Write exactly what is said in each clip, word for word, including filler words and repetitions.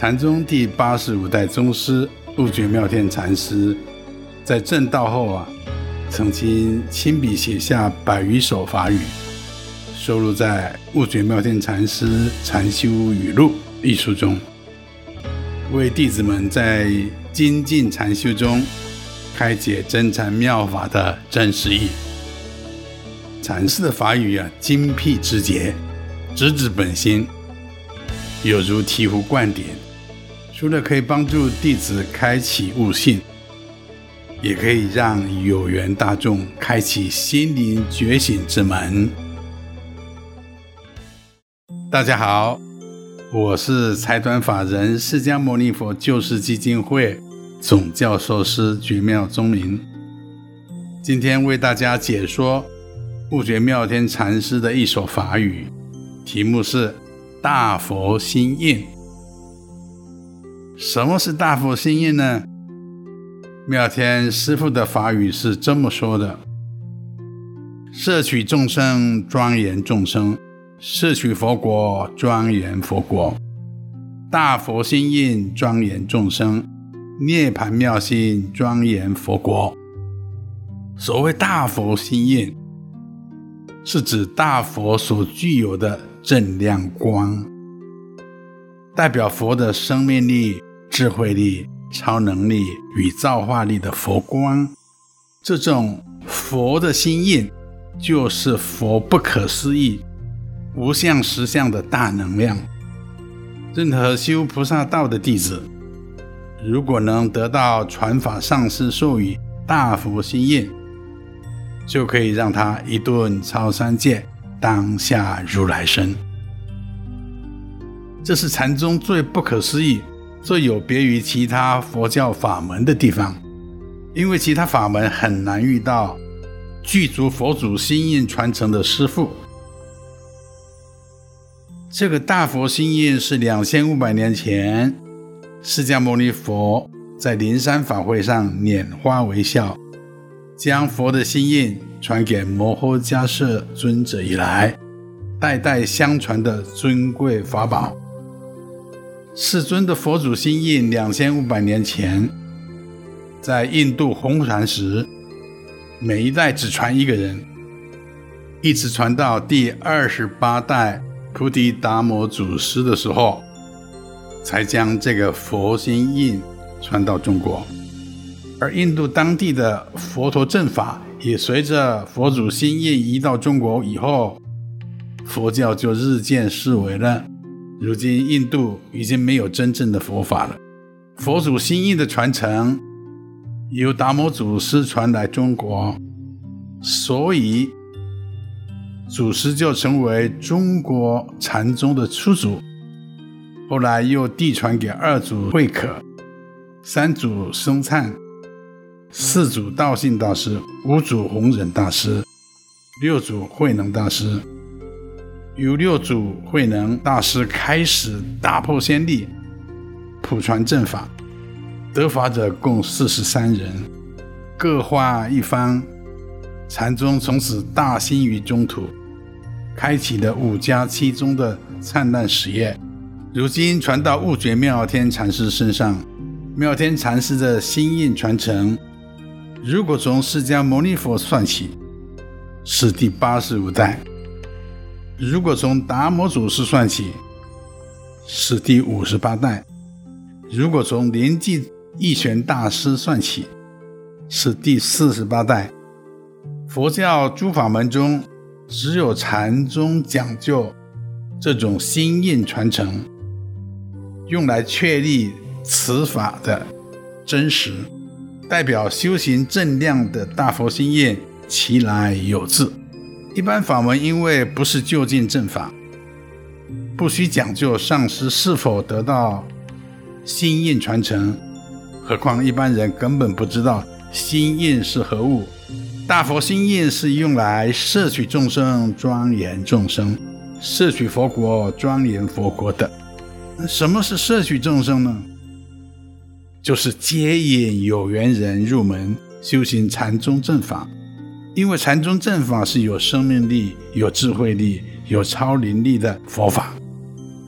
禅宗第八十五代宗师悟觉妙天禅师在证道后啊，曾经亲笔写下百余首法语，收录在《悟觉妙天禅师禅修语录》一书中，为弟子们在精进禅修中开解真禅妙法的真实义。禅师的法语啊，精辟直捷，直指本心，有如醍醐灌顶，除了可以帮助弟子开启悟性，也可以让有缘大众开启心灵觉醒之门。大家好，我是财团法人释迦牟尼佛救世基金会总教授师觉妙宗明，今天为大家解说悟觉妙天禅师的一首法语，题目是大佛心印。什么是大佛心印呢？妙天师父的法语是这么说的：摄取众生，庄严众生；摄取佛国，庄严佛国。大佛心印，庄严众生；涅槃妙心，庄严佛国。所谓大佛心印，是指大佛所具有的正亮光，代表佛的生命力、智慧力、超能力与造化力的佛光。这种佛的心印，就是佛不可思议、无相实相的大能量。任何修菩萨道的弟子，如果能得到传法上师授予大佛心印，就可以让他一顿超三界，当下如来身。这是禅宗最不可思议、最有别于其他佛教法门的地方，因为其他法门很难遇到具足佛祖心印传承的师父。这个大佛心印是两千五百年前释迦牟尼佛在灵山法会上拈花微笑，将佛的心印传给摩诃迦叶尊者以来，代代相传的尊贵法宝。世尊的佛祖心印两千五百年前在印度红传时，每一代只传一个人，一直传到第二十八代菩提达摩祖师的时候，才将这个佛心印传到中国。而印度当地的佛陀正法也随着佛祖心印移到中国以后，佛教就日渐式微了。如今印度已经没有真正的佛法了，佛祖心印的传承由达摩祖师传来中国，所以祖师就成为中国禅宗的初祖。后来又递传给二祖慧可，三祖僧璨，四祖道信大师，五祖弘忍大师，六祖慧能大师。由六祖慧能大师开始打破先例，普传正法，得法者共四十三人，各化一方。禅宗从此大兴于中土，开启了五家七宗的灿烂实业。如今传到悟觉妙天禅师身上，妙天禅师的心印传承，如果从释迦牟尼佛算起，是第八十五代；如果从达摩祖师算起，是第五十八代；如果从临济义玄大师算起，是第四十八代。佛教诸法门中，只有禅宗讲究这种心印传承，用来确立此法的真实，代表修行正量的大佛心印，其来有自。一般法门因为不是就近正法，不需讲究上师是否得到心印传承，何况一般人根本不知道心印是何物。大佛心印是用来摄取众生，庄严众生；摄取佛国，庄严佛国的。什么是摄取众生呢？就是接引有缘人入门修行禅宗正法。因为禅宗正法是有生命力、有智慧力、有超灵力的佛法，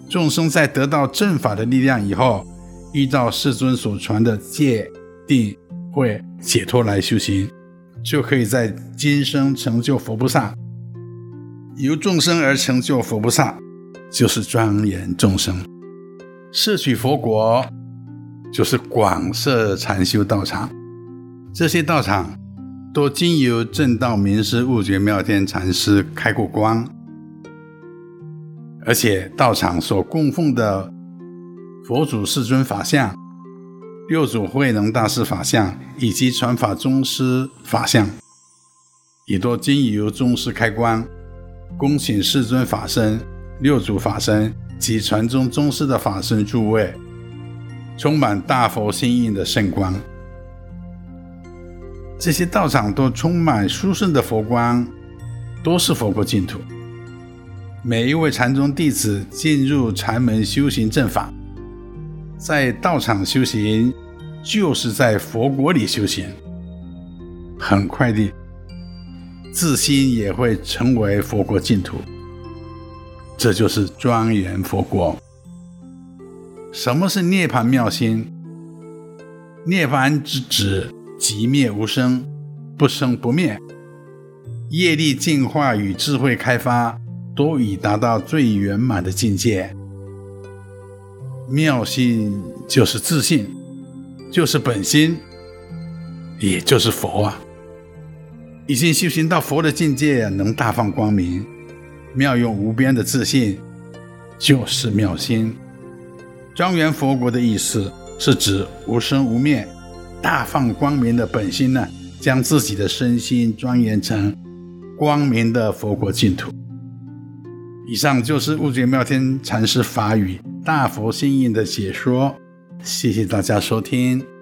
众生在得到正法的力量以后，依照世尊所传的戒、定、慧、解脱来修行，就可以在今生成就佛菩萨。由众生而成就佛菩萨，就是庄严众生。摄取佛国，就是广设禅修道场。这些道场都经由正道明师悟觉妙天禅师开过光，而且道场所供奉的佛祖世尊法像、六祖慧能大师法像以及传法宗师法像，也都经由宗师开光，恭请世尊法身、六祖法身及传宗宗师的法身诸位，充满大佛心印的圣光。这些道场都充满殊胜的佛光，都是佛国净土。每一位禅宗弟子进入禅门修行正法，在道场修行，就是在佛国里修行，很快地自心也会成为佛国净土。这就是庄严佛国。什么是涅槃妙心？涅槃之指寂灭无生，不生不灭，业力净化与智慧开发都已达到最圆满的境界。妙心就是自信，就是本心，也就是佛啊。已经修行到佛的境界，能大放光明，妙用无边的自信，就是妙心。庄严佛国的意思是指无生无灭、大放光明的本心呢，将自己的身心庄严成光明的佛国净土。以上就是悟觉妙天禅师法语大佛心印的解说，谢谢大家收听。